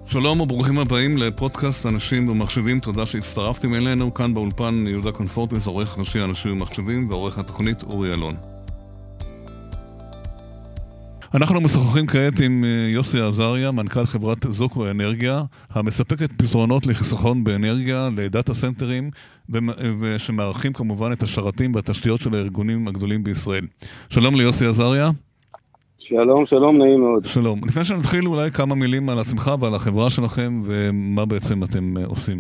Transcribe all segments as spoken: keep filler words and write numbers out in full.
שלום וברוכים הבאים לפודקאסט אנשים ומחשבים. תודה שהצטרפתם אלינו. כאן באולפן יהודה קונפורטס, עורך ראשי אנשים ומחשבים, ועורך התוכנית אורי אלון. אנחנו משוחחים כעת עם יוסי עזריה, מנכ"ל חברת זוקו אנרגיה, המספקת פתרונות לחיסכון באנרגיה לדאטה סנטרים, ושמערכים כמובן את השרתים והתשתיות של הארגונים הגדולים בישראל. שלום ליוסי עזריה. שלום, שלום, נעים מאוד. שלום. לפני שנתחיל אולי כמה מילים על עצמך ועל החברה שלכם, ומה בעצם אתם עושים.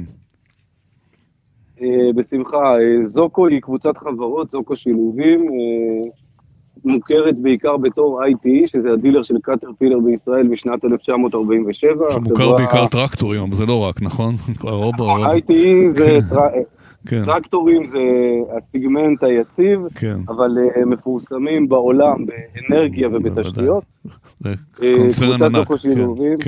בשמחה. זוקו היא קבוצת חברות, זוקו שילובים, מוכרת בעיקר בתור איי טי, שזה הדילר של קטרפילר בישראל משנת אלף תשע מאות ארבעים ושבע. שמוכר בעיקר טרקטורים, אבל זה לא רק, נכון? איי טי זה טרקטורים, זה הסיגמנט היציב, אבל מפורסמים בעולם באנרגיה ובתשתיות. קבוצת זוקו שילובים.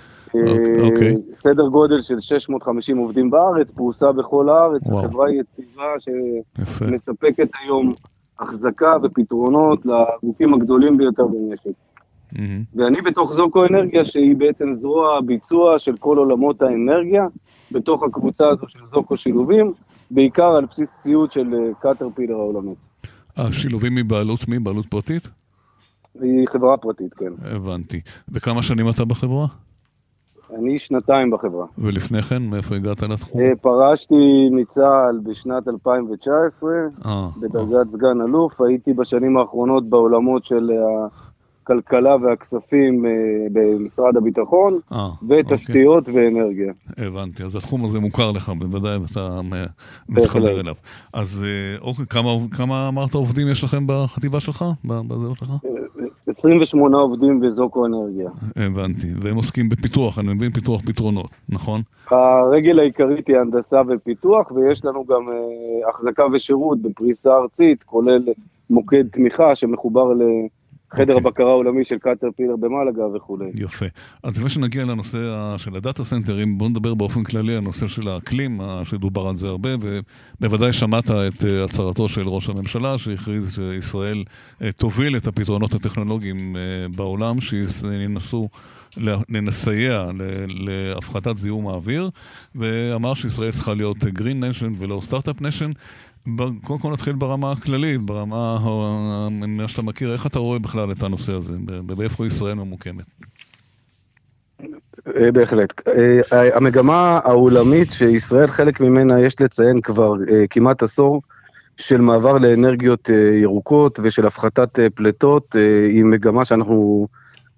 סדר גודל של שש מאות וחמישים עובדים בארץ, פרוסה בכל הארץ, חברה יציבה שמספקת היום החזקה ופתרונות לגופים הגדולים ביותר במשק. ואני בתוך זוקו אנרגיה, שהיא בעצם זרוע ביצוע של כל עולמות האנרגיה, בתוך הקבוצה הזו של זוקו שילובים, בעיקר על בסיס ציוד של קטרפילר העולמית. השילובים מבעלות מי? בעלות פרטית? היא חברה פרטית, כן. הבנתי. וכמה שנים אתה בחברה? אני שנתיים בחברה. ולפני כן, מאיפה הגעת לתחום? פרשתי מצה"ל בשנת אלפיים תשע עשרה, בדרגת סגן אלוף. הייתי בשנים האחרונות בעולמות של הכלכלה והכספים במשרד הביטחון, ותשתיות ואנרגיה. הבנתי, אז התחום הזה מוכר לך, בוודאי, ואתה מתחבר אליו. אז כמה אמרת עובדים יש לכם בחטיבה שלך? בזהות שלך? עשרים ושמונה עובדים בזוקו אנרגיה. הבנתי, והם עוסקים בפיתוח, אני מבין פיתוח פתרונות, נכון? הרגל העיקרית היא הנדסה ופיתוח, ויש לנו גם uh, החזקה ושירות בפריסה ארצית, כולל מוקד תמיכה שמחובר לחדר okay. הבקרה העולמי של קטרפילר במלגה וכו'. יפה. אז לפני שנגיע לנושא של הדאטה סנטרים, בואו נדבר באופן כללי על הנושא של האקלים, שדובר על זה הרבה, ובוודאי שמעת את הצהרתו של ראש הממשלה, שהכריז שישראל תוביל את הפתרונות הטכנולוגיים בעולם, שינסו לנסייע להפחתת זיהום האוויר, ואמר שישראל צריכה להיות Green Nation ולא Startup Nation. קודם כל נתחיל ברמה הכללית, ברמה מה שאתה מכיר, איך אתה רואה בכלל את הנושא הזה, באיפה ישראל ממוקמת? בהחלט. המגמה העולמית שישראל חלק ממנה, יש לציין כבר כמעט עשור, של מעבר לאנרגיות ירוקות ושל הפחתת פלטות, היא מגמה שאנחנו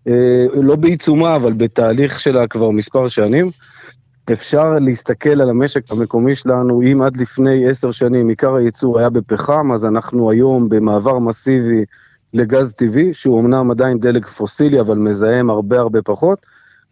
לא בעיצומה, אבל בתהליך שלה כבר מספר שנים. אפשר להסתכל על המשק המקומי שלנו, אם עד לפני עשר שנים עיקר הייצור היה בפחם, אז אנחנו היום במעבר מסיבי לגז טבעי, שהוא אמנם עדיין דלק פוסילי, אבל מזהם הרבה הרבה פחות,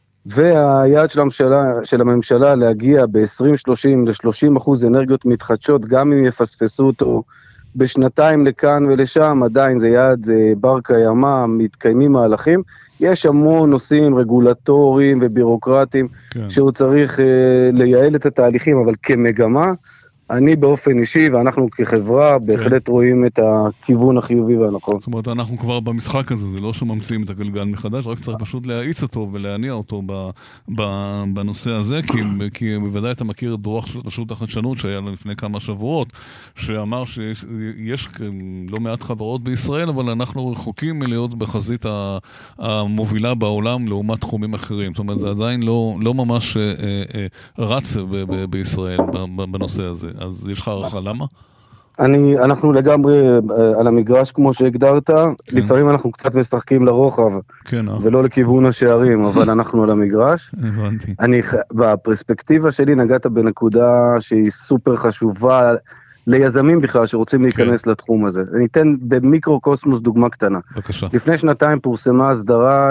והיעד של הממשלה, של הממשלה להגיע ב-עשרים שלושים ל-שלושים אחוז אנרגיות מתחדשות, גם אם יפספסו אותו בשנתיים לכאן ולשם, עדיין זה יעד בר קיימא, מתקיימים מהלכים. יש המון נושאים רגולטוריים ובירוקרטיים, כן. שהוא צריך uh, לייעל את התהליכים, אבל כמגמה, אני באופן אישי, ואנחנו כחברה, בהחלט כן. רואים את הכיוון החיובי והנכון. זאת אומרת, אנחנו כבר במשחק הזה, זה לא שממציאים את הגלגל מחדש, רק צריך פשוט להאיץ אותו ולהניע אותו ב, ב, בנושא הזה, כי, כי בוודאי אתה מכיר את דוח רשות החדשנות שהיה לפני כמה שבועות, שאמר שיש לא מעט חברות בישראל, אבל אנחנו רחוקים מלהיות בחזית המובילה בעולם לעומת תחומים אחרים. זאת אומרת, זה עדיין לא, לא ממש אה, אה, רץ ב, ב, בישראל בנושא הזה. אז יש לך הערכה, למה? אני, אנחנו לגמרי על המגרש כמו שהגדרת, כן. לפעמים אנחנו קצת משחקים לרוחב, כן, ולא לכיוון השערים, אבל אנחנו על המגרש. הבנתי. אני, בפרספקטיבה שלי נגעת בנקודה שהיא סופר חשובה, ליזמים בכלל שרוצים להיכנס כן. לתחום הזה. אני אתן במיקרו-קוסמוס דוגמה קטנה. בבקשה. לפני שנתיים פורסמה הסדרה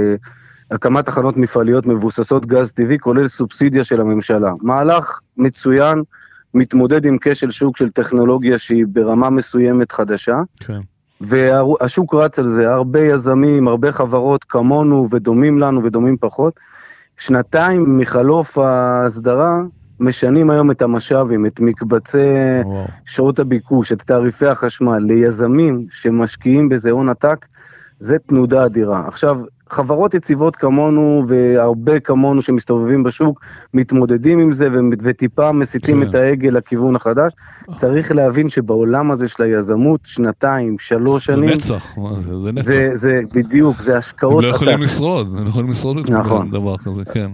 להקמת תחנות מפעליות מבוססות גז טבעי, כולל סובסידיה של הממשלה. מהלך מצוין, מתמודד עם כשל שוק של טכנולוגיה שהיא ברמה מסוימת חדשה, כן. והשוק רץ על זה, הרבה יזמים, הרבה חברות כמונו ודומים לנו ודומים פחות. שנתיים מחלוף ההסדרה, משנים היום את המשאבים, את מקבצי וואו. שעות הביקוש, את תעריפי החשמל, ליזמים שמשקיעים בזה הון עתק, זה תנודה אדירה. עכשיו, חברות יציבות כמונו, והרבה כמונו שמסתובבים בשוק, מתמודדים עם זה, וטיפה מסיתים את העגל לכיוון החדש. צריך להבין שבעולם הזה של היזמות, שנתיים, שלוש שנים, זה נצח, זה נצח. זה בדיוק, זה השקעות. הם לא יכולים לשרוד, הם לא יכולים לשרוד את דבר כזה, כן.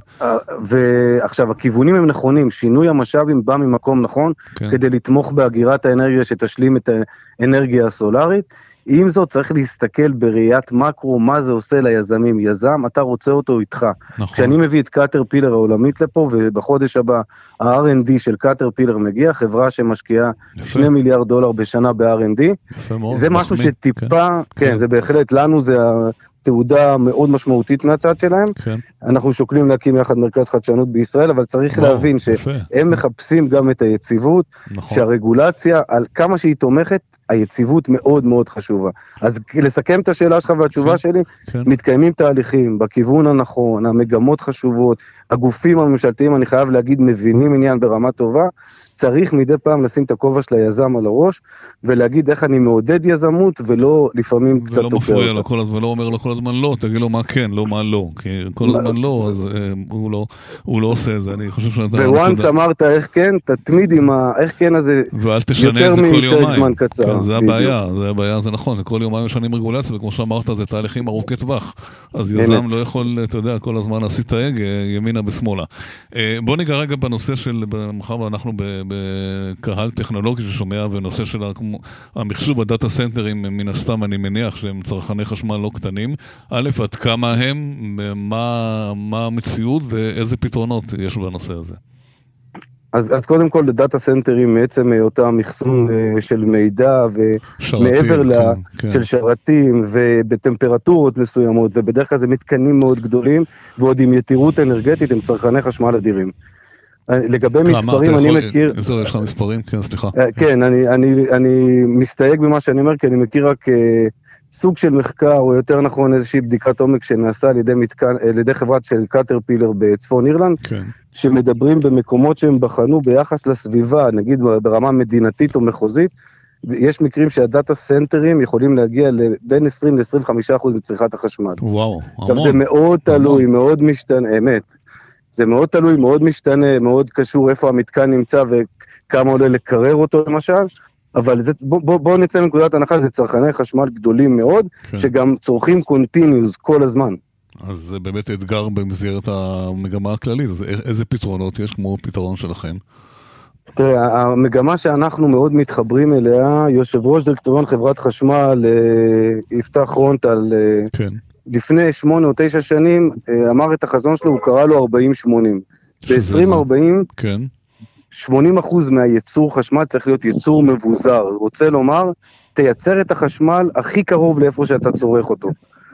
ועכשיו, הכיוונים הם נכונים, שינוי המשאבים בא ממקום נכון, כדי לתמוך בהגירת האנרגיה שתשלים את האנרגיה הסולרית. עם זאת צריך להסתכל בראיית מקרו, מה זה עושה ליזמים. יזם, אתה רוצה אותו איתך. נכון. כשאני מביא את קאטרפילר העולמית לפה, ובחודש הבא ה-אר אנד די של קאטרפילר מגיע, חברה שמשקיעה שני מיליארד דולר בשנה ב-אר אנד די, זה משהו מחמיא. שטיפה, כן, כן, כן, זה בהחלט, לנו זה התעודה מאוד משמעותית מהצד שלהם. כן. אנחנו שוקלים להקים יחד מרכז חדשנות בישראל, אבל צריך וואו, להבין שהם יפה. מחפשים גם את היציבות, נכון. שהרגולציה, על כמה שהיא תומכת, היציבות מאוד מאוד חשובה. אז לסכם את השאלה שלך והתשובה כן, שלי, כן. מתקיימים תהליכים בכיוון הנכון, המגמות חשובות, הגופים הממשלתיים, אני חייב להגיד, מבינים עניין ברמה טובה, צריך מדי פעם לשים את הכובע של היזם על הראש, ולהגיד איך אני מעודד יזמות, ולא לפעמים קצת תוקע אותה. ולא מפריע לו כל הזמן, ולא אומר לו כל הזמן לא, תגיד לו מה כן, לא מה לא, כי כל הזמן לא, אז הוא לא, הוא לא עושה את זה, אני חושב שאתה... וואנס אמרת איך כן, תתמיד עם איך כן הזה, יותר מיותר זמן קצר. זה הבעיה, זה הבעיה, זה נכון, כל יומיים משנים רגולציה, וכמו שאמרת, זה תהליכים ארוכי טווח, אז יזם לא יכול, אתה יודע, כל הזמן להסיט את ההגה, ימינה ושמאלה. בוא ניגע רגע בנושא של, מחר ואנחנו בקהל טכנולוגי ששומע, ונושא של המחשוב, הדאטה סנטרים, מן הסתם אני מניח שהם צרכני חשמל לא קטנים. א', עד כמה הם, מה, מה המציאות ואיזה פתרונות יש בנושא הזה? אז, אז קודם כל, לדאטה סנטרים, מעצם אותם מחסום של מידע, ומעבר ל... כן, כן. של שרתים, ובטמפרטורות מסוימות, ובדרך כלל זה מתקנים מאוד גדולים, ועוד עם יתירות אנרגטית, הם צרכני חשמל אדירים. לגבי מספרים, אני מכיר... יש לך מספרים? כן, סליחה. כן, אני מסתייג במה שאני אומר, כי אני מכיר רק סוג של מחקר, או יותר נכון איזושהי בדיקת עומק שנעשה על ידי חברת של קאטרפילר בצפון אירלנד, שמדברים במקומות שהם בחנו ביחס לסביבה, נגיד ברמה מדינתית או מחוזית, יש מקרים שהדאטה סנטרים יכולים להגיע בין עשרים עד עשרים וחמישה אחוז מצריכת החשמל. וואו, המון. עכשיו זה מאוד תלוי, מאוד משתנה, אמת. זה מאוד תלוי, מאוד משתנה, מאוד קשור איפה המתקן נמצא וכמה עולה לקרר אותו למשל, אבל זה, בוא, בוא, בוא נצא מנקודת הנחה, זה צרכני חשמל גדולים מאוד, כן. שגם צורכים קונטיניוס כל הזמן. אז זה באמת אתגר במסגרת המגמה הכללית, אז איזה פתרונות יש כמו פתרון שלכם? תראה, המגמה שאנחנו מאוד מתחברים אליה, יושב ראש דירקטוריון חברת חשמל, יפתח רונטל, כן. לפני שמונה או תשע שנים, אמר את החזון שלו, הוא קרא לו ארבעים שמונים. ב-עשרים ארבעים, כן. שמונים אחוז מהייצור חשמל צריך להיות ייצור מבוזר. רוצה לומר, תייצר את החשמל הכי קרוב לאיפה שאתה צורך אותו.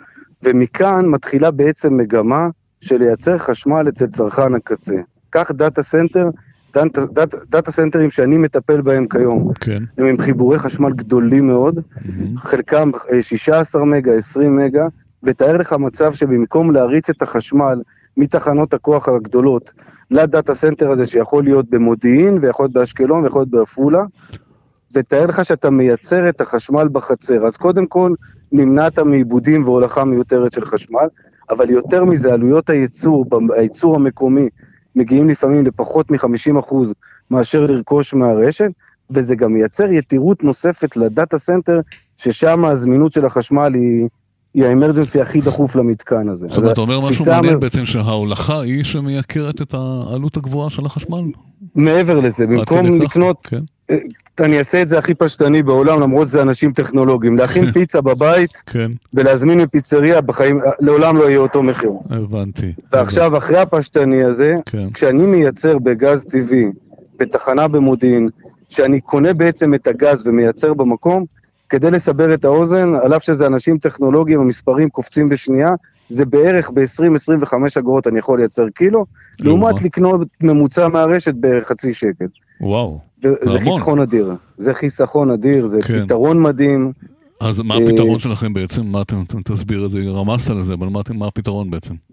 ומכאן מתחילה בעצם מגמה של לייצר חשמל אצל צרכן הקצה. כך דאטה סנטר, דאטה, דאטה, דאטה סנטרים שאני מטפל בהם כיום, כן. הם עם חיבורי חשמל גדולים מאוד, mm-hmm. חלקם שישה עשר מגה, עשרים מגה, ותאר לך מצב שבמקום להריץ את החשמל מתחנות הכוח הגדולות לדאטה סנטר הזה שיכול להיות במודיעין ויכול להיות באשקלון ויכול להיות באפולה, ותאר לך שאתה מייצר את החשמל בחצר. אז קודם כל נמנעת מעיבודים והולכה מיותרת של חשמל, אבל יותר מזה עלויות הייצור, הייצור המקומי מגיעים לפעמים לפחות מ-חמישים אחוז מאשר לרכוש מהרשת, וזה גם מייצר יתירות נוספת לדאטה סנטר, ששם הזמינות של החשמל היא היא האמרג'נסי הכי דחוף למתקן הזה. זאת אומרת, אתה אומר משהו מעניין בעצם שההולכה היא שמייקרת את העלות הגבוהה של החשמל? מעבר לזה, במקום לקנות, אני אעשה את זה הכי פשטני בעולם, למרות זה אנשים טכנולוגיים, להכין פיצה בבית, ולהזמין מפיצריה, בחיים, לעולם לא יהיה אותו מחיר. הבנתי. ועכשיו, אחרי הפשטני הזה, כשאני מייצר בגז טבעי, בתחנה במודיעין, שאני קונה בעצם את הגז ומייצר במקום, כדי לסבר את האוזן, על אף שזה אנשים טכנולוגיים, המספרים קופצים בשנייה, זה בערך ב-עשרים עד עשרים וחמש אגורות אני יכול לייצר קילו, לעומת לקנות ממוצע מהרשת בערך חצי שקל. וואו, זה חיסכון אדיר, זה חיסכון אדיר, זה פתרון מדהים. אז מה הפתרון שלכם בעצם? מה אתם תסביר את זה? רמזת לזה, אבל מה הפתרון בעצם?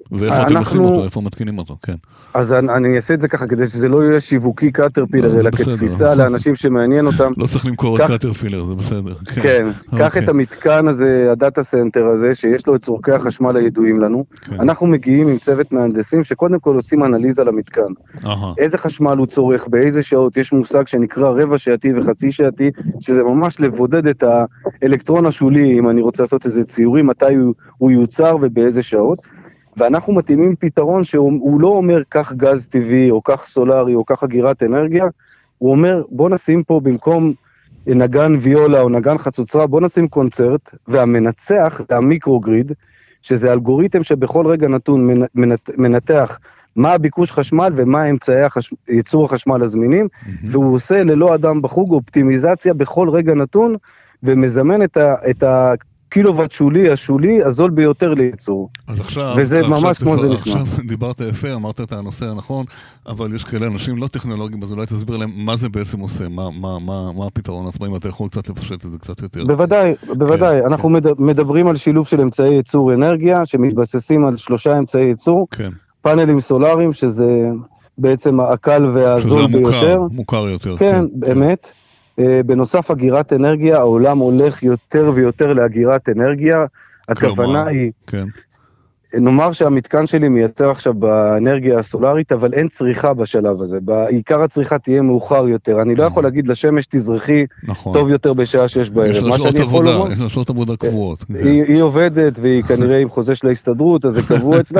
ואיפה אתם עושים אותו, איפה מתקינים אותו, כן. אז אני אעשה את זה ככה, כדי שזה לא יהיה שיווקי קטרפילר, אלא כתפיסה לאנשים שמעניין אותם. לא צריך למכור את קטרפילר, זה בסדר. כן, קח את המתקן הזה, הדאטה סנטר הזה, שיש לו את צורכי החשמל הידועים לנו. אנחנו מגיעים עם צוות מהנדסים, שקודם כל עושים אנליזה למתקן. איזה חשמל הוא צורך, באיזה שעות, יש מושג שנקרא רבע שעתי וחצי שעתי, שזה ממש לבודד את האלקטרון השולי, אם אני רוצה לעשות איזה ציורים, מתי הוא יוצר ובאיזה שעות. ואנחנו מתאימים פתרון שהוא לא אומר כך גז טבעי, או כך סולרי, או כך אגירת אנרגיה, הוא אומר בוא נשים פה במקום נגן ויולה או נגן חצוצרה, בוא נשים קונצרט, והמנצח זה המיקרוגריד, שזה אלגוריתם שבכל רגע נתון מנתח מה הביקוש חשמל ומה אמצעי החש... ייצור החשמל הזמינים, mm-hmm. והוא עושה ללא אדם בחוג אופטימיזציה בכל רגע נתון, ומזמן את ה... את ה... קילוואט שולי, השולי, הזול ביותר לייצור. אז עכשיו, וזה עכשיו ממש כמו זה נשמע. עכשיו דיברת יפה, אמרת את הנושא הנכון, אבל יש כאלה אנשים לא טכנולוגיים, אז אולי תסביר להם מה זה בעצם עושה, מה, מה, מה, מה הפתרון עצמם, אם אתה יכול קצת לפשט את זה קצת יותר. בוודאי, בוודאי. כן, אנחנו כן. מדברים על שילוב של אמצעי ייצור אנרגיה, שמתבססים על שלושה אמצעי ייצור, כן. פאנלים סולאריים, שזה בעצם הקל והזול שזה ביותר. מוכר, מוכר יותר. כן, כן. באמת. בנוסף אגירת אנרגיה, העולם הולך יותר ויותר לאגירת אנרגיה, הכוונה היא, כן. נאמר שהמתקן שלי מייצר עכשיו באנרגיה הסולארית, אבל אין צריכה בשלב הזה, בעיקר הצריכה תהיה מאוחר יותר, אני לא יכול להגיד לשמש תזרחי טוב יותר בשעה שש בערב. יש לה שעות עבודה, יש לה שעות עבודה קבועות. היא עובדת והיא כנראה עם חוזה של ההסתדרות, אז זה קבוע אצלה,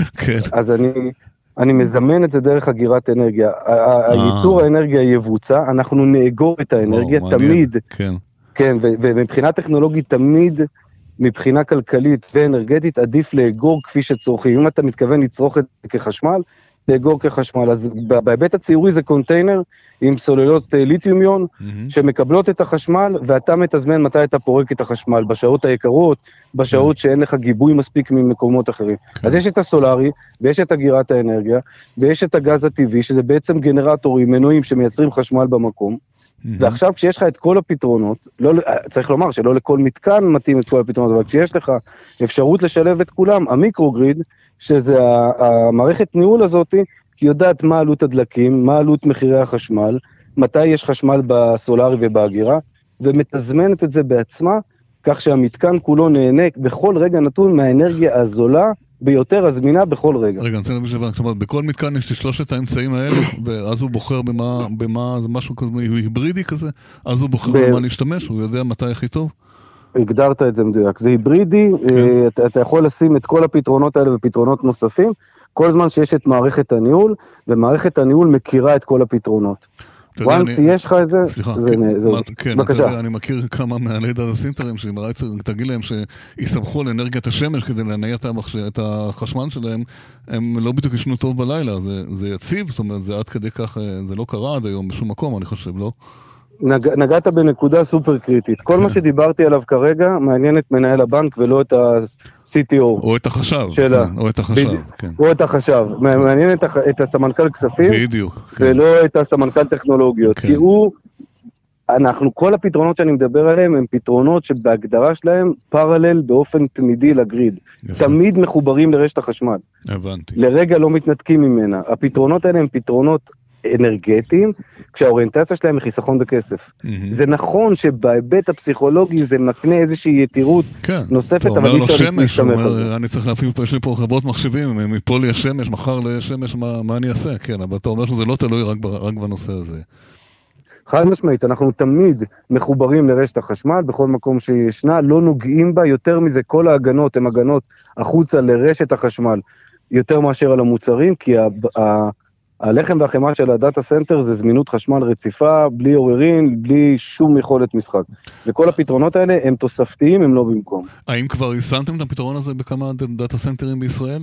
אז אני... אני מזמן את זה דרך אגירת אנרגיה. הייצור האנרגיה יבוצע, אנחנו נאגור את האנרגיה תמיד, כן, ומבחינה טכנולוגית תמיד, מבחינה כלכלית ואנרגטית, עדיף לאגור כפי שצורכים. אם אתה מתכוון לצרוך את זה כחשמל, לאגור כחשמל. אז בהיבט הציורי זה קונטיינר עם סוללות ליתיומיון, שמקבלות את החשמל, ואתה מתזמן מתי אתה פורק את החשמל, בשעות היקרות, בשעות שאין לך גיבוי מספיק ממקומות אחרים. אז יש את הסולארי, ויש את אגירת האנרגיה, ויש את הגז הטבעי, שזה בעצם גנרטורים, מנועים שמייצרים חשמל במקום, ועכשיו כשיש לך את כל הפתרונות, לא, צריך לומר שלא לכל מתקן מתאים את כל הפתרונות, אבל כשיש לך אפשרות לשלב את כולם, המיקרוגריד, שזה המערכת ניהול הזאת, כי יודעת מה עלות הדלקים, מה עלות מחירי החשמל, מתי יש חשמל בסולארי ובאגירה, ומתזמנת את זה בעצמה, כך שהמתקן כולו נהנה בכל רגע נתון מהאנרגיה הזולה, ביותר הזמינה בכל רגע. רגע, אני רוצה להבין שבא, כלומר, בכל מתקן יש שלושת האמצעים האלה, ואז הוא בוחר במה, במה, זה משהו כזה היברידי כזה, אז הוא בוחר במה להשתמש, הוא יודע מתי הכי טוב? הגדרת את זה מדויק, זה היברידי, אתה, אתה יכול לשים את כל הפתרונות האלה ופתרונות נוספים, כל זמן שיש את מערכת הניהול, ומערכת הניהול מכירה את כל הפתרונות. once יש לך את זה, זה בבקשה. אני מכיר כמה מעלי דאטה סנטרים, תגיד להם שיסתמכו על אנרגיית השמש כדי להניע את החשמל שלהם, הם לא בדיוק ישנו טוב בלילה, זה יציב, זאת אומרת, זה עד כדי כך, זה לא קרה עד היום בשום מקום, אני חושב, לא? נגעת בנקודה סופר קריטית. כל מה שדיברתי עליו כרגע מעניין את מנהל הבנק ולא את ה-סי טי או. או את החשב. או את החשב. או את החשב. מעניין את הסמנכ"ל כספים. בדיוק. ולא את הסמנכ"ל טכנולוגיות. כי הוא, אנחנו, כל הפתרונות שאני מדבר עליהם הם פתרונות שבהגדרה שלהם פרלל באופן תמידי לגריד. תמיד מחוברים לרשת החשמל. הבנתי. לרגע לא מתנתקים ממנה. הפתרונות האלה הם פתרונות אנרגטיים, כשהאוריינטציה שלהם היא חיסכון בכסף. Mm-hmm. זה נכון שבהיבט הפסיכולוגי זה מקנה איזושהי יתירות כן. נוספת, אבל אי אפשר להסתמך על זה. אני צריך להפעיל פה, יש לי פה חברות מחשבים, מפה לי השמש, מחר לי השמש, מה, מה אני אעשה? כן, אבל אתה אומר שזה לא תלוי רק, רק בנושא הזה. חד משמעית, אנחנו תמיד מחוברים לרשת החשמל, בכל מקום שישנה, לא נוגעים בה, יותר מזה, כל ההגנות הן הגנות החוצה לרשת החשמל, יותר מאשר על המוצרים, כי ה... ה הלחם והחמאה של הדאטה סנטר זה זמינות חשמל רציפה, בלי עוררין, בלי שום יכולת משחק. וכל הפתרונות האלה הם תוספתיים, הם לא במקום. האם כבר יישמתם את הפתרון הזה בכמה דאטה סנטרים בישראל?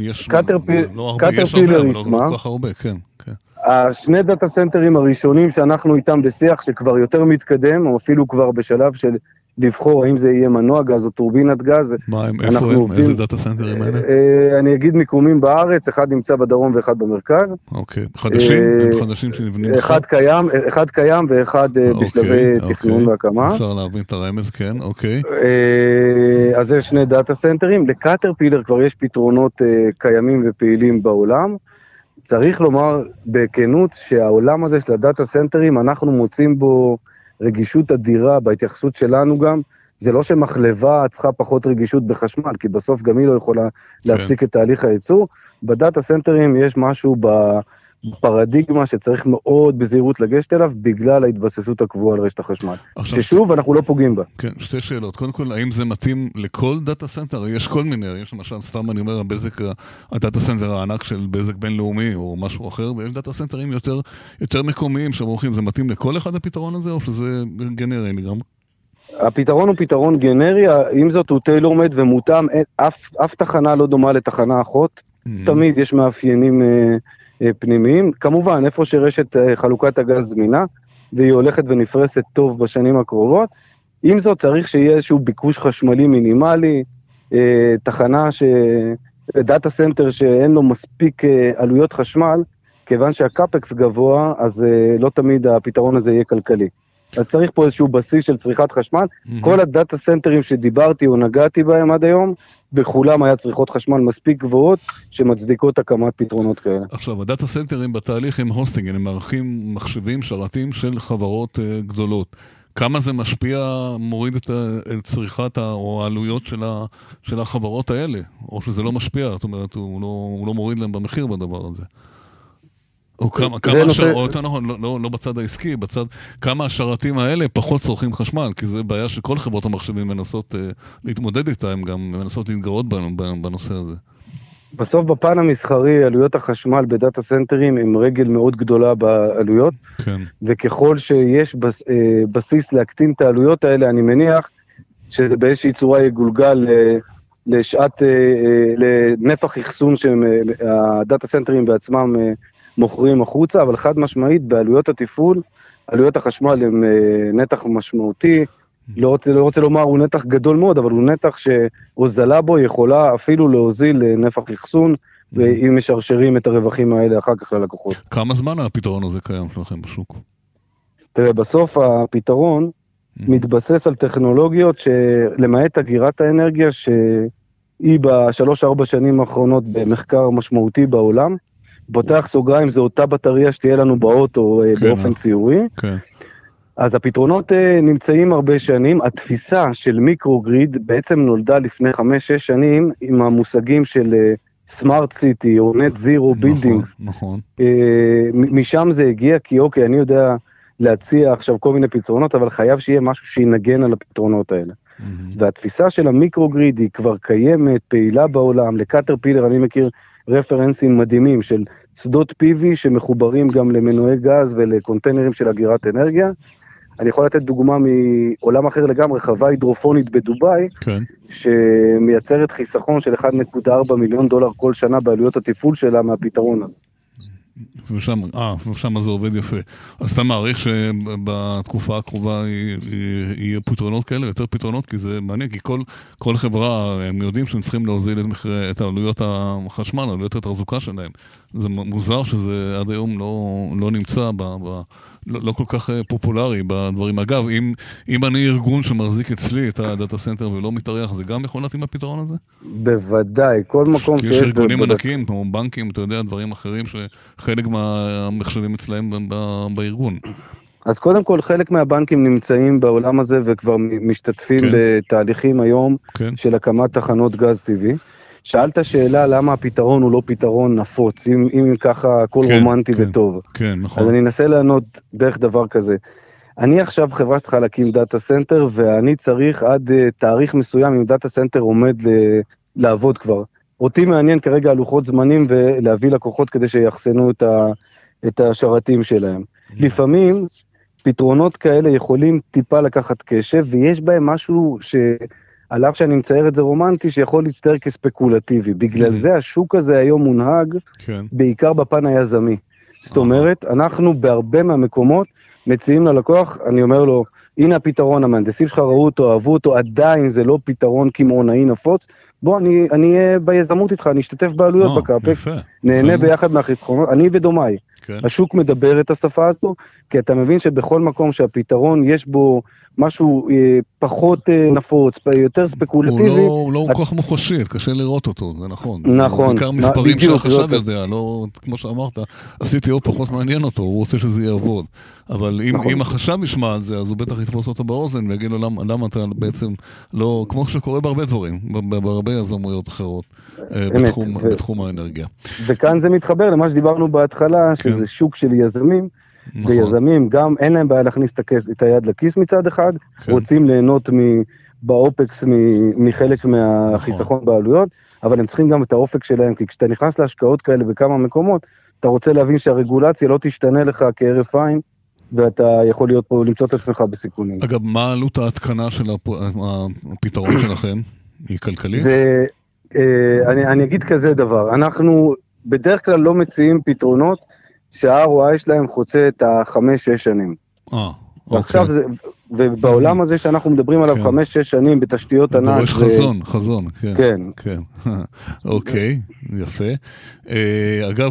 קטרפילר ישמע. לא כל כך הרבה, כן. השני דאטה סנטרים הראשונים שאנחנו איתם בשיח, שכבר יותר מתקדם, או אפילו כבר בשלב של לבחור האם זה יהיה מנוע גז או טורבינת גז. מה, איפה הם? איזה דאטה סנטרים האלה? אני אגיד מיקומים בארץ, אחד נמצא בדרום ואחד במרכז. אוקיי, חדשים? הם חדשים שנבנים? אחד קיים, אחד קיים ואחד בשלבי תכנון והקמה. אפשר להבין את הרמז, כן, אוקיי. אז יש שני דאטה סנטרים, לקטרפילר כבר יש פתרונות קיימים ופעילים בעולם, צריך לומר בכנות שהעולם הזה של הדאטה סנטרים, אנחנו מוצאים בו רגישות אדירה בהתייחסות שלנו גם, זה לא שמחלבה צריכה פחות רגישות בחשמל, כי בסוף גם היא לא יכולה להפסיק את תהליך הייצור, בדאטה סנטרים יש משהו בפרדיגמה שצריך מאוד בזהירות לגשת אליו, בגלל ההתבססות הקבועה על רשת החשמל, ששוב אנחנו לא פוגעים בה. כן, שתי שאלות, קודם כל, האם זה מתאים לכל דאטה סנטר? יש כל מיני, יש למשל, סתם אני אומר, הבזק, הדאטה סנטר הענק של בזק בינלאומי, או משהו אחר, ויש דאטה סנטרים יותר, יותר מקומיים שמורחים, זה מתאים לכל אחד הפתרון הזה, או שזה גנרי גם? הפתרון הוא פתרון גנרי, עם זאת הוא טיילור מייד ומותאם, אף, אף תחנה לא דומה לתחנה אחות, mm-hmm. תמיד יש מאפיינים אה, אה, פנימיים, כמובן איפה שרשת אה, חלוקת הגז זמינה, והיא הולכת ונפרסת טוב בשנים הקרובות, עם זאת צריך שיהיה איזשהו ביקוש חשמלי מינימלי, אה, תחנה ש... דאטה סנטר שאין לו מספיק אה, עלויות חשמל, כיוון שהקאפקס גבוה, אז אה, לא תמיד הפתרון הזה יהיה כלכלי. אז צריך פה איזשהו בסיס של צריכת חשמל, mm-hmm. כל הדאטה סנטרים שדיברתי או נגעתי בהם עד היום, בכולם היה צריכות חשמל מספיק גבוהות, שמצדיקות הקמת פתרונות כאלה. עכשיו, הדאטה סנטרים בתהליך הם הוסטינג, הם מערכים מחשבים, שרתים של חברות uh, גדולות. כמה זה משפיע, מוריד את, את צריכת או העלויות של, ה, של החברות האלה? או שזה לא משפיע, זאת אומרת, הוא לא, הוא לא מוריד להם במחיר בדבר הזה. או כמה, כמה השר... או יותר נכון, לא, לא, לא בצד העסקי, בצד כמה השרתים האלה פחות צורכים חשמל, כי זה בעיה שכל חברות המחשבים מנסות אה, להתמודד איתה, הם גם מנסות להתגרות בנושא הזה. בסוף בפן המסחרי, עלויות החשמל בדאטה סנטרים הם רגל מאוד גדולה בעלויות, כן. וככל שיש בס, אה, בסיס להקטין את העלויות האלה, אני מניח שזה באיזושהי צורה יגולגל אה, לשעת, אה, אה, לנפח אחסון שהדאטה סנטרים בעצמם אה, מוכרים החוצה, אבל חד משמעית, בעלויות התפעול, עלויות החשמל הם נתח משמעותי, לא רוצה, לא רוצה לומר, הוא נתח גדול מאוד, אבל הוא נתח שהוזלה בו יכולה אפילו להוזיל נפח אחסון, ואם משרשרים את הרווחים האלה אחר כך ללקוחות. כמה זמן הפתרון הזה קיים שלכם בשוק? תראה, בסוף הפתרון מתבסס על טכנולוגיות שלמעט אגירת האנרגיה, שהיא בשלוש ארבע שנים האחרונות במחקר משמעותי בעולם, בוטח סוגריים, זה אותה בטריה שתהיה לנו באוטו כן, באופן ציורי. כן. אז הפתרונות נמצאים הרבה שנים, התפיסה של מיקרוגריד בעצם נולדה לפני חמש שש שנים, עם המושגים של סמארט סיטי או נט זירו בילדינגס. נכון. משם זה הגיע, כי אוקיי, אני יודע להציע עכשיו כל מיני פתרונות, אבל חייב שיהיה משהו שינגן על הפתרונות האלה. Mm-hmm. והתפיסה של המיקרוגריד היא כבר קיימת, פעילה בעולם, לקטרפילר אני מכיר, רפרנסים מדהימים של שדות פי וי שמחוברים גם למנועי גז ולקונטיינרים של אגירת אנרגיה. אני יכול לתת דוגמה מעולם אחר לגמרי, חווה הידרופונית בדוביי, כן. שמייצרת חיסכון של אחד נקודה ארבע מיליון דולר כל שנה בעלויות התפעול שלה מהפתרון הזה. ושם, אה, ושם זה עובד יפה. אז אתה מעריך שבתקופה הקרובה יהיה פתרונות כאלה, יותר פתרונות, כי זה מעניין, כי כל, כל חברה, הם יודעים שהם צריכים להוזיל את, מחיר, את העלויות החשמל, העלויות התחזוקה שלהם. זה מוזר שזה עד היום לא, לא נמצא ב... ב לא, לא כל כך פופולרי בדברים. אגב, אם, אם אני ארגון שמחזיק אצלי את הדאטה סנטר ולא מתארח, זה גם יכול להתאים לפתרון הזה? בוודאי, כל מקום שיש... יש ארגונים ענקים, כמו בנקים, אתה יודע, דברים אחרים שחלק מהמחשבים אצלהם בארגון. אז קודם כל, חלק מהבנקים נמצאים בעולם הזה וכבר משתתפים כן. בתהליכים היום כן. של הקמת תחנות גז טבעי. שאלת שאלה למה הפתרון הוא לא פתרון נפוץ, אם, אם ככה הכל כן, רומנטי כן, וטוב. כן, נכון. אז אני אנסה לענות דרך דבר כזה. אני עכשיו חברה שצריכה להקים דאטה סנטר, ואני צריך עד uh, תאריך מסוים, אם דאטה סנטר עומד ל- לעבוד כבר. אותי מעניין כרגע לוחות זמנים ולהביא לקוחות כדי שיחסנו את, ה- את השרתים שלהם. לפעמים פתרונות כאלה יכולים טיפה לקחת קשב, ויש בהם משהו ש... על אף שאני מצייר את זה רומנטי, שיכול להצטער כספקולטיבי. בגלל זה השוק הזה היום מונהג, בעיקר בפן היזמי. זאת אומרת, אנחנו בהרבה מהמקומות מציעים ללקוח, אני אומר לו, הנה הפתרון, המהנדסים שלך ראו אותו, אהבו אותו, עדיין זה לא פתרון כמעונאי נפוץ, בוא, אני אהיה ביזמות איתך, אני אשתתף בעלויות בקאפקס, נהנה ביחד מהחסכונות, אני ודומי. כן. השוק מדבר את השפה הזו, כי אתה מבין שבכל מקום שהפתרון יש בו משהו אה, פחות אה, נפוץ, יותר ספקולטיבי. הוא לא, הוא לא את... כל כך מוחשי, קשה לראות אותו, זה נכון. נכון. בעיקר מספרים שהחשב יודע, לא, כמו שאמרת, עשיתי או פחות מעניין אותו, הוא רוצה שזה יעבוד. אבל אם, נכון. אם החשב ישמע על זה, אז הוא בטח יתפוס אותו באוזן, ויגיד לו למה, למה אתה בעצם לא, כמו שקורה בהרבה דברים, בהרבה יזמויות אחרות, בתחום, ו... בתחום האנרגיה. וכאן זה מתחבר למה שדיברנו בהתחלה, שזה כן. שוק של יזמים, נכון. ויזמים גם אין להם בעיה להכניס את, הכס, את היד לכיס מצד אחד, כן. רוצים ליהנות מ, באופקס מ, מחלק מהחיסכון נכון. בעלויות, אבל הם צריכים גם את האופק שלהם, כי כשאתה נכנס להשקעות כאלה בכמה מקומות, אתה רוצה להבין שהרגולציה לא תשתנה לך כהרף עין, ואתה יכול להיות פה, למצוא את עצמך בסיכונים. אגב, מה עלות ההתקנה של הפתרון שלכם? היא כלכלית? זה, אני, אני אגיד כזה דבר, אנחנו בדרך כלל לא מציעים פתרונות, שה-אר או איי שלהם חוצה את החמש-שש שנים. אה, ועכשיו זה, ובעולם הזה שאנחנו מדברים עליו חמש-שש שנים בתשתיות ענק. דורש חזון, חזון, כן. כן. אוקיי, יפה. אגב,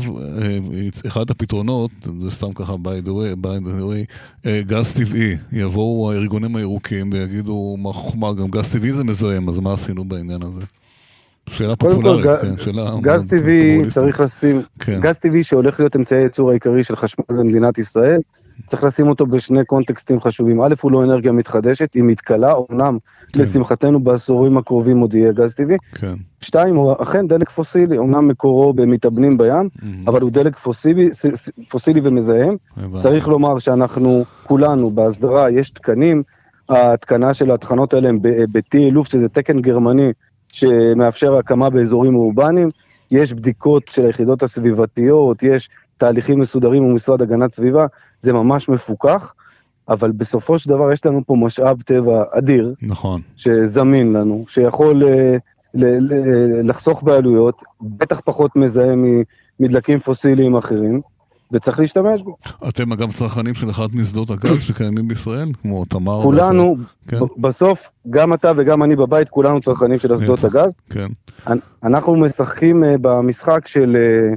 אחד הפתרונות, זה סתם ככה, by the way, by the way, גז טבעי, יבואו הארגונים הירוקים ויגידו, מה חוכמה, גם גז טבעי זה מזהם, אז מה עשינו בעניין הזה? שאלה פופולרית, כן, שאלה... גז טבעי צריך לשים, גז טבעי שהולך להיות אמצעי הייצור העיקרי של חשמל במדינת ישראל, צריך לשים אותו בשני קונטקסטים חשובים. א', הוא לא אנרגיה מתחדשת, היא מתקלה, אומנם לשמחתנו בעשורים הקרובים עוד יהיה גז טבעי. שתיים, הוא אכן דלק פוסילי, אומנם מקורו במתאבנים בים, אבל הוא דלק פוסילי ומזהם. צריך לומר שאנחנו כולנו בהסדרה, יש תקנים, ההתקנה של התחנות האלה הם ב-טי אלוף, שזה תקן גרמני, שמאפשר הקמה באזורים אורבניים, יש בדיקות של היחידות הסביבתיות, יש תהליכים מסודרים ומשרד הגנת סביבה, זה ממש מפוקח, אבל בסופו של דבר יש לנו פה משאב טבע אדיר, נכון. שזמין לנו, שיכול ל- ל- ל- לחסוך בעלויות, בטח פחות מזהם מדלקים פוסיליים אחרים, וצריך להשתמש בו. אתם אגב צרכנים של אחד משדות הגז שקיימים בישראל, כמו תמר? כולנו, כן? בסוף, גם אתה וגם אני בבית, כולנו צרכנים של השדות הגז. כן. אנחנו משחקים במשחק של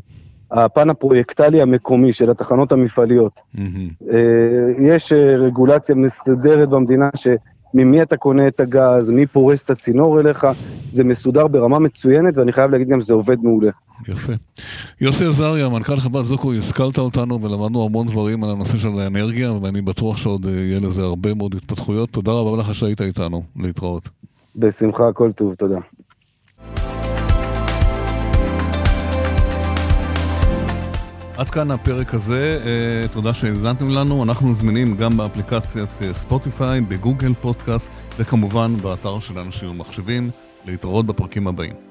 הפן הפרויקטלי המקומי, של התחנות המפעליות. יש רגולציה מסודרת במדינה שממי אתה קונה את הגז, מי פורס את הצינור אליך, זה מסודר ברמה מצוינת, ואני חייב להגיד גם שזה עובד מעולה. יפה. יוסי עזריה, מנכ"ל חברת זוקו, הזכרת אותנו ולמדנו המון דברים על הנושא של האנרגיה, ואני בטוח שעוד יהיה לזה הרבה מאוד התפתחויות. תודה רבה לך שהיית איתנו. להתראות. בשמחה, הכל טוב, תודה. עד כאן הפרק הזה, תודה שהזנתם לנו, אנחנו זמינים גם באפליקציית ספוטיפיי, בגוגל פודקאסט, וכמובן באתר של אנשים ומחשבים, להתראות בפרקים הבאים.